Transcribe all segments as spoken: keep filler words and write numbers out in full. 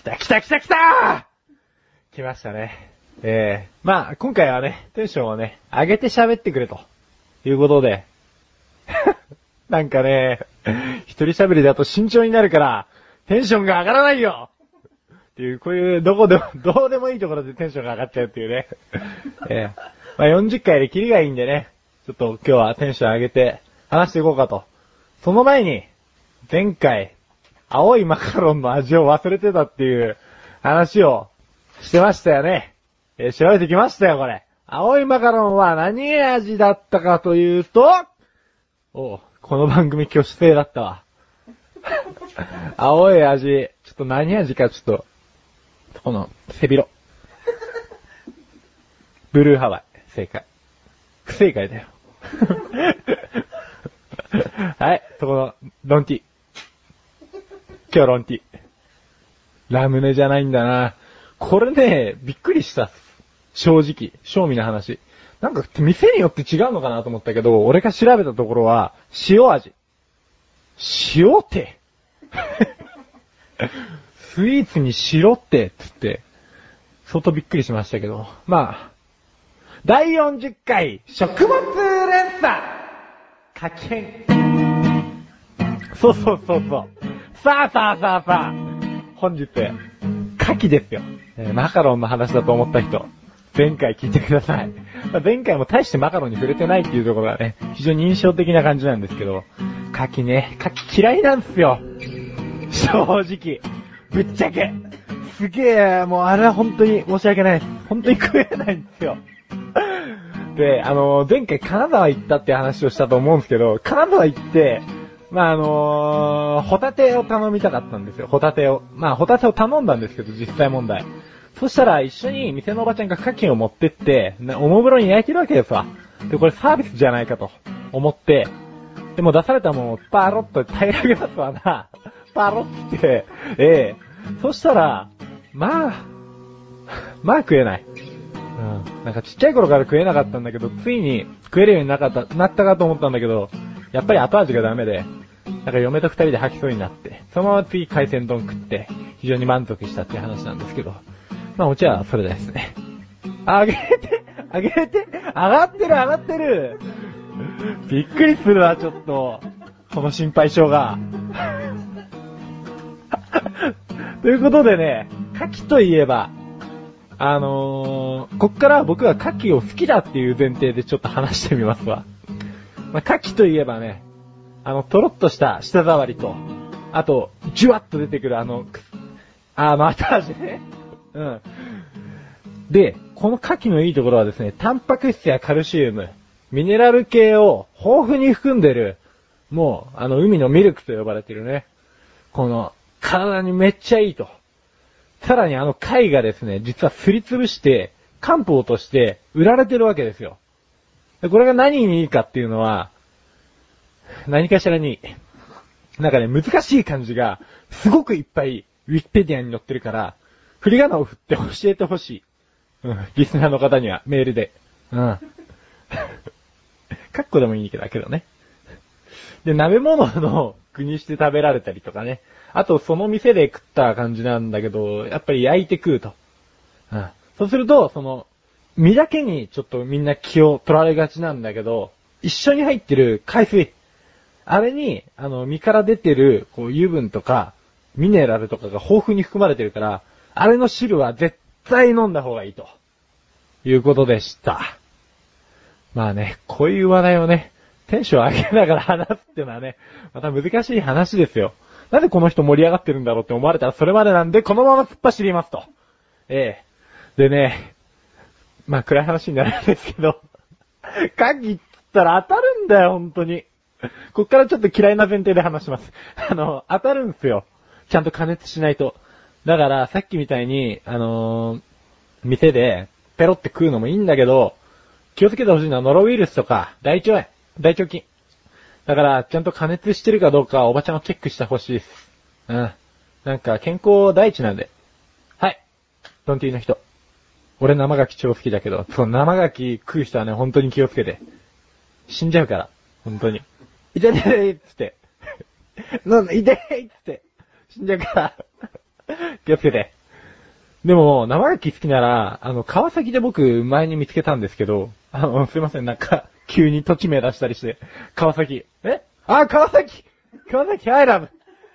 た来た来た来た来ましたね。えー、まあ、今回はね、テンションをね、上げて喋ってくれと。いうことで。なんかね、一人喋りだと慎重になるから、テンションが上がらないよっていう、こういう、どこでも、どうでもいいところでテンションが上がっちゃうっていうね。えー、まあよんじゅっかいでキリがいいんでね、ちょっと今日はテンション上げて話していこうかと。その前に、前回、青いマカロンの味を忘れてたっていう話をしてましたよね。えー、調べてきましたよ、これ。青いマカロンは何味だったかというと、おう、この番組挙手制だったわ。青い味、ちょっと何味かちょっと、この、背広。ブルーハワイ、正解。不正解だよ。はい、そこの、ロンティ。今日ロンティ。ラムネじゃないんだな。これね、びっくりした。正直、正味な話。なんか、店によって違うのかなと思ったけど、俺が調べたところは、塩味。塩って。スイーツに塩って、つって、相当びっくりしましたけど。まあ、だいよんじゅっかい、食物連鎖柿編。そうそうそうそう。さあさあさあさあ、本日、牡蠣ですよ。えー、マカロンの話だと思った人、前回聞いてください。まあ、前回も大してマカロンに触れてないっていうところがね、非常に印象的な感じなんですけど、牡蠣ね、牡蠣嫌いなんですよ。正直。ぶっちゃけ。すげえ、もうあれは本当に申し訳ないです。本当に食えないんですよ。で、あのー、前回金沢行ったって話をしたと思うんですけど、金沢行って、まあ、あのー、ホタテを頼みたかったんですよ、ホタテを。まあ、ホタテを頼んだんですけど、実際問題。そしたら一緒に店のおばちゃんが牡蠣を持ってって、おもむろに焼いてるわけですわ。で、これサービスじゃないかと思って、でも出されたものをパロッと平らげますわな。パロッって、ええー、そしたら、まあ、まあ食えない。うん。なんかちっちゃい頃から食えなかったんだけど、ついに食えるようになかった、なったかと思ったんだけど、やっぱり後味がダメで、なんか嫁と二人で吐きそうになって、そのまま次海鮮丼食って、非常に満足したっていう話なんですけど、まあお茶はそれですね。あげて、あげて、上がってる上がってる。びっくりするわ、ちょっと。この心配性が。ということでね、牡蠣といえば、あのー、こっから僕が牡蠣を好きだっていう前提でちょっと話してみますわ。まあ、牡蠣といえばね、あの、とろっとした舌触りと、あと、ジュワッと出てくるあの、あの後味ね。うん。で、この牡蠣のいいところはですね、タンパク質やカルシウム、ミネラル系を豊富に含んでる、もう、あの、海のミルクと呼ばれてるね。この、体にめっちゃいいと。さらにあの貝がですね、実はすりつぶして、漢方として売られてるわけですよ。でこれが何にいいかっていうのは、何かしらに、なんかね、難しい漢字が、すごくいっぱい、ウィキペディアに載ってるから、振り仮名を振って教えてほしい。うん、リスナーの方には、メールで。うん。カッコでもいいけどね。で、鍋物の具にして食べられたりとかね。あと、その店で食った感じなんだけど、やっぱり焼いて食うと。うん。そうすると、その、身だけにちょっとみんな気を取られがちなんだけど、一緒に入ってる海水。あれに、あの、身から出てる、こう、油分とか、ミネラルとかが豊富に含まれてるから、あれの汁は絶対飲んだ方がいいと。いうことでした。まあね、こういう話題をね、テンション上げながら話すっていうのはね、また難しい話ですよ。なんでこの人盛り上がってるんだろうって思われたらそれまでなんで、このまま突っ走りますと。ええ。でね、まあ暗い話になるんですけど、牡蠣っつったら当たるんだよ、本当に。こっからちょっと嫌いな前提で話します。あの、当たるんすよ。ちゃんと加熱しないと。だから、さっきみたいに、あのー、店でペロって食うのもいいんだけど、気をつけてほしいのはノロウイルスとか、大腸炎、大腸菌。だから、ちゃんと加熱してるかどうか、おばちゃんをチェックしてほしいです。うん。なんか、健康第一なんで。はい。ドンティーの人。俺生牡蠣超好きだけど、そう、生牡蠣食う人はね、本当に気をつけて。死んじゃうから。本当に。痛い痛いっつって。なんだ、痛いっつって。死んじゃうから。 気をつけて。でも、生牡蠣好きなら、あの、川崎で僕、前に見つけたんですけど、あの、すいません、なんか、急に土地名出したりして、川崎。えあ、川崎川崎、I love!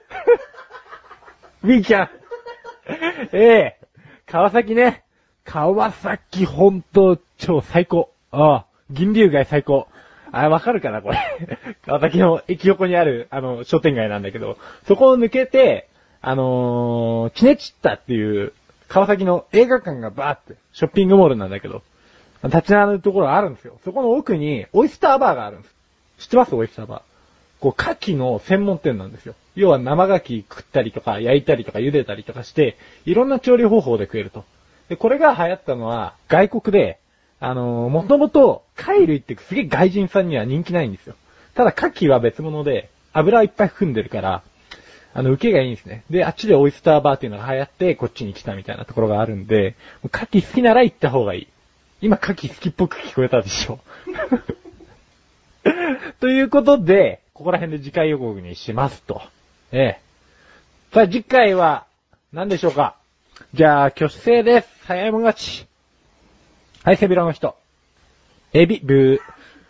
ウィーキャンええ川崎ね。川崎、ほんと、超最高。ああ、銀龍街最高。あ、わかるかなこれ。川崎の駅横にある、あの、商店街なんだけど、そこを抜けて、あのー、キネチッタっていう、川崎の映画館がバーって、ショッピングモールなんだけど、立ち並ぶところがあるんですよ。そこの奥に、オイスターバーがあるんです。知ってますオイスターバー。こう、牡蠣の専門店なんですよ。要は生牡蠣食ったりとか、焼いたりとか茹でたりとかして、いろんな調理方法で食えると。で、これが流行ったのは、外国で、あのー、もともと、貝類ってすげえ外人さんには人気ないんですよ。ただ、牡蠣は別物で、油いっぱい含んでるから、あの、受けがいいんですね。で、あっちでオイスターバーっていうのが流行って、こっちに来たみたいなところがあるんで、牡蠣好きなら行った方がいい。今、牡蠣好きっぽく聞こえたでしょ。ということで、ここら辺で次回予告にしますと。ええ。さあ、次回は、何でしょうか。じゃあ、挙手制です。早いもん勝ち。はい、背広の人。エビ、ブー。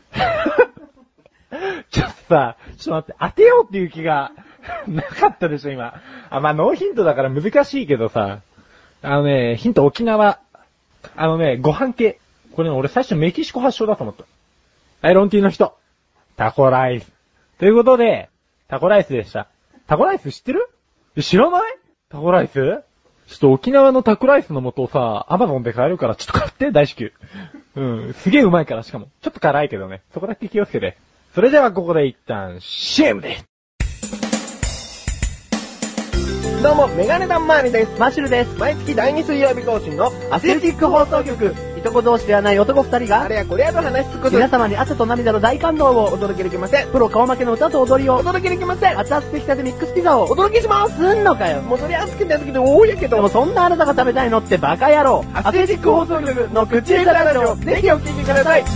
ちょっとさ、ちょっと待って、当てようっていう気がなかったでしょ、今。あ、まあ、ノーヒントだから難しいけどさ。あのね、ヒント沖縄。あのね、ご飯系。これね、俺最初メキシコ発祥だと思った。はい、ロンティーの人。タコライス。ということで、タコライスでした。タコライス知ってる？知らない？タコライス？ちょっと沖縄のタコライスの素をさ、アマゾンで買えるからちょっと買って、大至急。うん、すげえうまいからしかも。ちょっと辛いけどね。そこだけ気をつけて。それではここで一旦、シェームです。 どうも、メガネタンマーニです。マッシュルです。毎月だいに水曜日更新のアスレチック放送局。いとこ同士ではない男二人が、あれやこれやと話しつく皆様に汗と涙の大感動をお届けできません。プロ顔負けの歌と踊りをお届けできません。熱々できたてミックスピザをお届けします。すんのかよ。もうそりゃ熱くて熱くて多いやけど。でもそんなあなたが食べたいのってバカ野郎。アスレチック放送局の口枝ラジオ、ぜひお聞きください。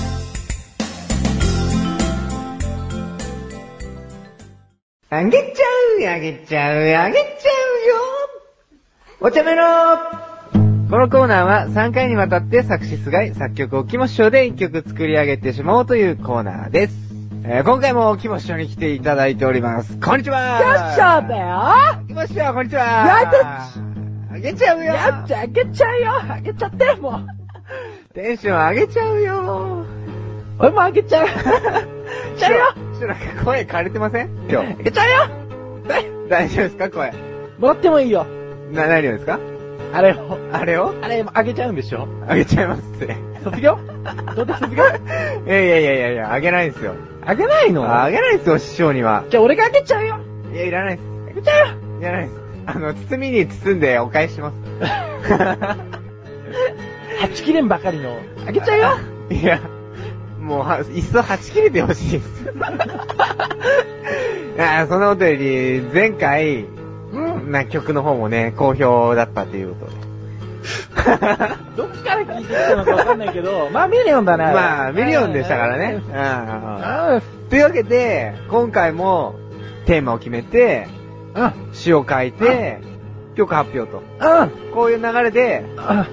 あげちゃう、あげちゃう、あげちゃうよ。お茶メロこのコーナーはさんかいにわたって作詞すがい、作曲をキモ師匠で一曲作り上げてしまおうというコーナーです。えー、今回もキモ師匠に来ていただいております。こんにちはよっしゃだよキモ師匠、こんにちはやったあげちゃうよやっちゃ、あげちゃうよあげちゃって、もうテンション上げちゃうよ俺もあげちゃうちゃうよちょ、なんか声枯れてません今日。 あげちゃうよ大丈夫ですか声。 もらってもいいよな、何をですかあれを。 あれをあれ、あげちゃうんでしょあげちゃいますって。 卒業どうで卒業いやいやいやいやいや、あげないんですよ。 あげないのあげないですよ、師匠には。 じゃあ俺があげちゃうよいや、いらないです。 あげちゃうよいらないです。あの、包みに包んでお返しします。 はち切れんばかりの、あげちゃうよいや、もうは、いっそはち切れてほしいです。いや、そんなことより、前回、 うん。 な曲の方もね、好評だったっていうことで。 どっから聞いてきたのかわかんないけど、まあミリオンだね。 まあ、ミリオンでしたからね。うん。というわけで、今回もテーマを決めて、 うん。 詩を書いて、曲発表と。 うん。 こういう流れで、 あ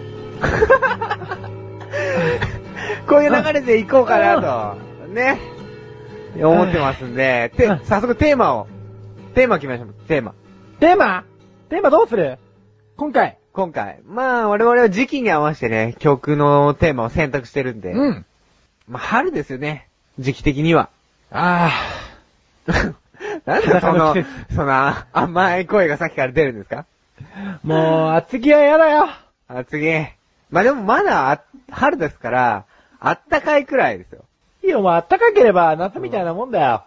こういう流れでいこうかなと、ね、思ってますんで、て、早速テーマを、テーマ決めましょう、テーマ。 テーマテーマどうする今回。 今回。まあ、我々は時期に合わせてね、曲のテーマを選択してるんで。 うん。 まあ、春ですよね。時期的には。 ああ。なんでその、その、甘い声がさっきから出るんですか？ もう、厚着は嫌だよ。 厚着。まあでもまだあ、春ですから、あったかいくらいですよ。 いいよ、もうあったかければ夏みたいなもんだよ。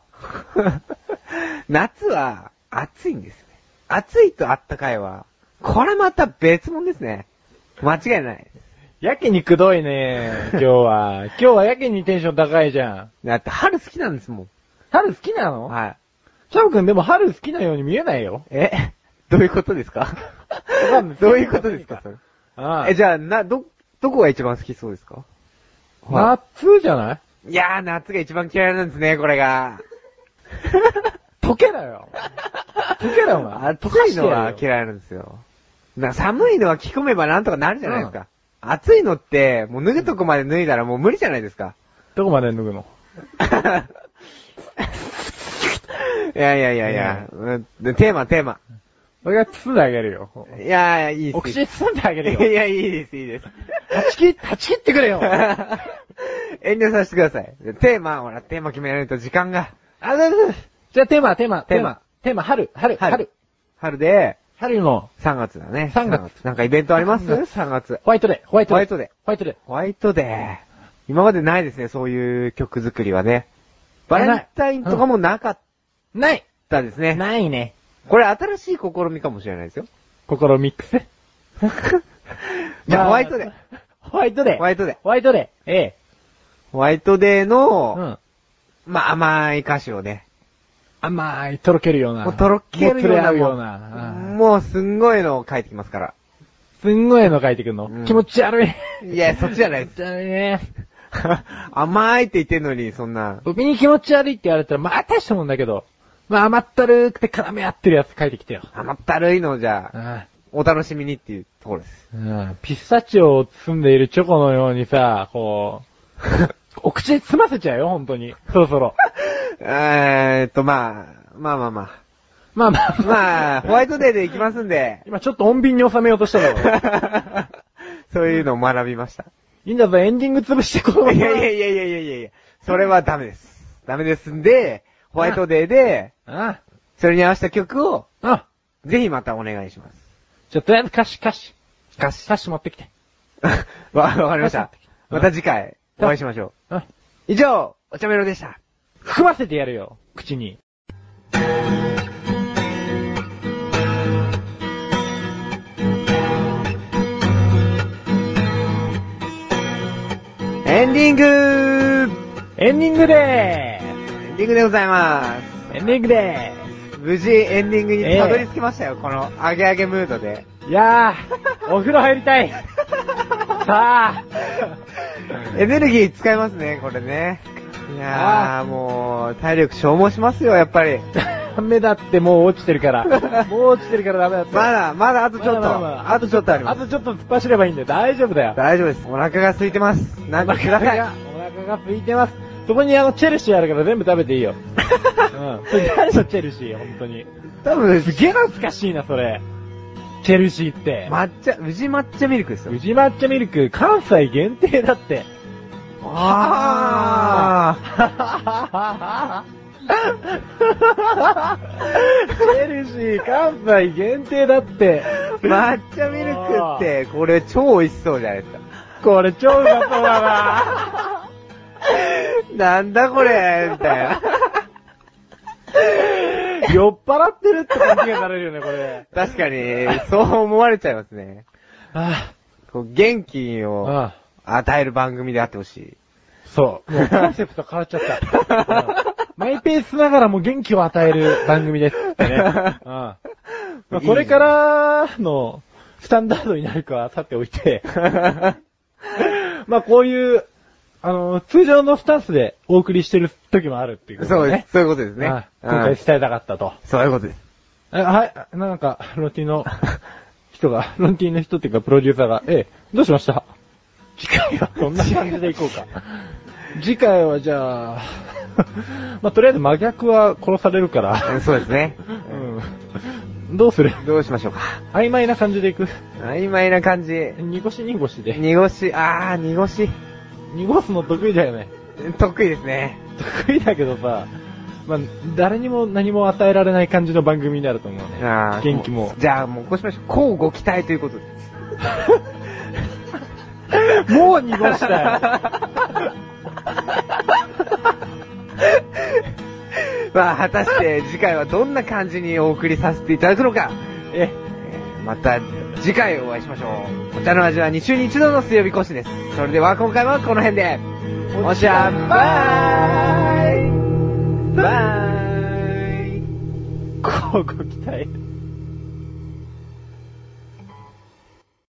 夏は暑いんですよね。暑いとあったかいは、これまた別物ですね。間違いない。 やけにくどいね、今日は。今日はやけにテンション高いじゃん。 だって春好きなんですもん。 春好きなの？ はい。 シャム君でも春好きなように見えないよ。 えどういうことですか？どういうことですかそれ。 ああえ、じゃあ、な、ど、どこが一番好きそうですか？ 夏じゃないいやー、夏が一番嫌いなんですね、これが。 溶けだよ。溶けだよ、お前。 暑いのは嫌いなんですよ。 な寒いのは着込めばなんとかなるじゃないですか。うん、暑いのって、もう脱ぐとこまで脱いだらもう無理じゃないですか。 どこまで脱ぐのいやいやいやいや、うん、テーマテーマ。 俺が包んであげるよ。 いやいや、いいです。 お口包んであげるよ。 いや、いいです、いいです。 はち切、はち切ってくれよ。 遠慮させてください。テーマ、ほら、テーマ決められると時間が。 あ、だだじゃあテーマ、テーマ、テーマ、テーマ、春、春、春。 春で、 春のさんがつだね。 さんがつ。 なんかイベントあります ?さん 月。 ホワイトデー、ホワイトデー。 ホワイトデー。 ホワイトデー。 ホワイトデー。今までないですね、そういう曲作りはね。バレンタインとかもなかった。 ない。 たですね。 ないね。 これ新しい試みかもしれないですよ。 試みックスじゃあ、ホワイトデー。 ホワイトデー。 ホワイトデー。 ホワイトデー。ええ。 ホワイトデーの、 うん。 まあ、甘い歌詞をね。 甘い、とろけるような。 もうとろけるような。 もうような。 もうすんごいのを書いてきますから。 すんごいの書いてくるの、うん、気持ち悪い。 いや、そっちじゃないです。 気持ち悪いね。 甘いって言ってんのに、そんな。 僕に気持ち悪いって言われたら、まあ大したもんだけど、まあ甘ったるくて絡め合ってるやつ書いてきてよ。 甘ったるいのじゃあ、 ああお楽しみにっていうところです。 うん、ピスタチオを包んでいるチョコのようにさ、こう、お口で済ませちゃうよ、本当に。そろそろ。 えーっと、まあ、まあまあまあ。 まあまあ、 まあ、ホワイトデーで行きますんで。 今ちょっと穏便に収めようとしただろ。 そういうのを学びました。 いいんだぞ、エンディング潰してこのいやいやいやいやいやいやいや、それはダメです。ダメですんで、ホワイトデーで、 ああそれに合わせた曲を、 あぜひまたお願いします。 じゃあ、とりあえず歌詞、歌詞。 歌詞。 歌詞持ってきて。 わ、わかりました。また次回、お会いしましょう。以上、お茶メロでした。 含ませてやるよ、口に。 エンディングエンディングでーす。 エンディングでございます。 エンディングでーす。 無事エンディングにたどり着きましたよ、えー、このアゲアゲムードで。 いやー、お風呂入りたい。さあ、 エネルギー使いますね、これね。いやー、もう、体力消耗しますよ、やっぱり。 ダメだってもう落ちてるから。もう落ちてるからダメだって。 まだ、まだあとちょっと。まだまだあとちょっとあります。 あとちょっと突っ走ればいいんだよ。大丈夫だよ。 大丈夫です。お腹が空いてます。なんかください。 お腹が空いてます。そこにあの、チェルシーあるから全部食べていいよ。うん。それ誰のチェルシー本当に。 多分、 すげえ懐かしいな、それ。チェルシーって。 抹茶、宇治抹茶ミルクですよ。 宇治抹茶ミルク、関西限定だって。 ああチェルシー関西限定だって。 抹茶ミルクって、これ超美味しそうじゃないですか。 これ超うまそうだななんだこれみたいな。 酔っ払ってるって感じがされるよね、これ。 確かに、そう思われちゃいますね。 ああこう元気を与える番組であってほしい。 そう。もうコンセプト変わっちゃった。うん、マイペースながらも元気を与える番組ですってね。うんまあ、これからのスタンダードになるかはさておいて。まあこういう、あの、通常のスタンスでお送りしてる時もあるっていうことですね。 そうです。そういうことですね。 ああ今回伝えたかったと。 そういうことです。 はい、なんか、ロンティの人が、ロンティの人っていうかプロデューサーが、ええ、どうしました次回はこんな感じでいこうか。次回はじゃあ、まあ、とりあえず真逆は殺されるから。 そうですね。 うん。どうするどうしましょうか。 曖昧な感じでいく。 曖昧な感じ。 濁し濁しで。 濁し、あー、濁し。 濁すの得意だよね。 得意ですね。 得意だけどさ、まあ、誰にも何も与えられない感じの番組になると思うね。あー元気も。 じゃあもうこうしましょう。こうご期待ということで。 もう濁したよ。 まあ、果たして次回はどんな感じにお送りさせていただくのか。え、えー、また次回お会いしましょう。お茶の味はに週にいちどの水曜日更新です。それでは今回はこの辺で。おしゃばーいバーイこうご期待。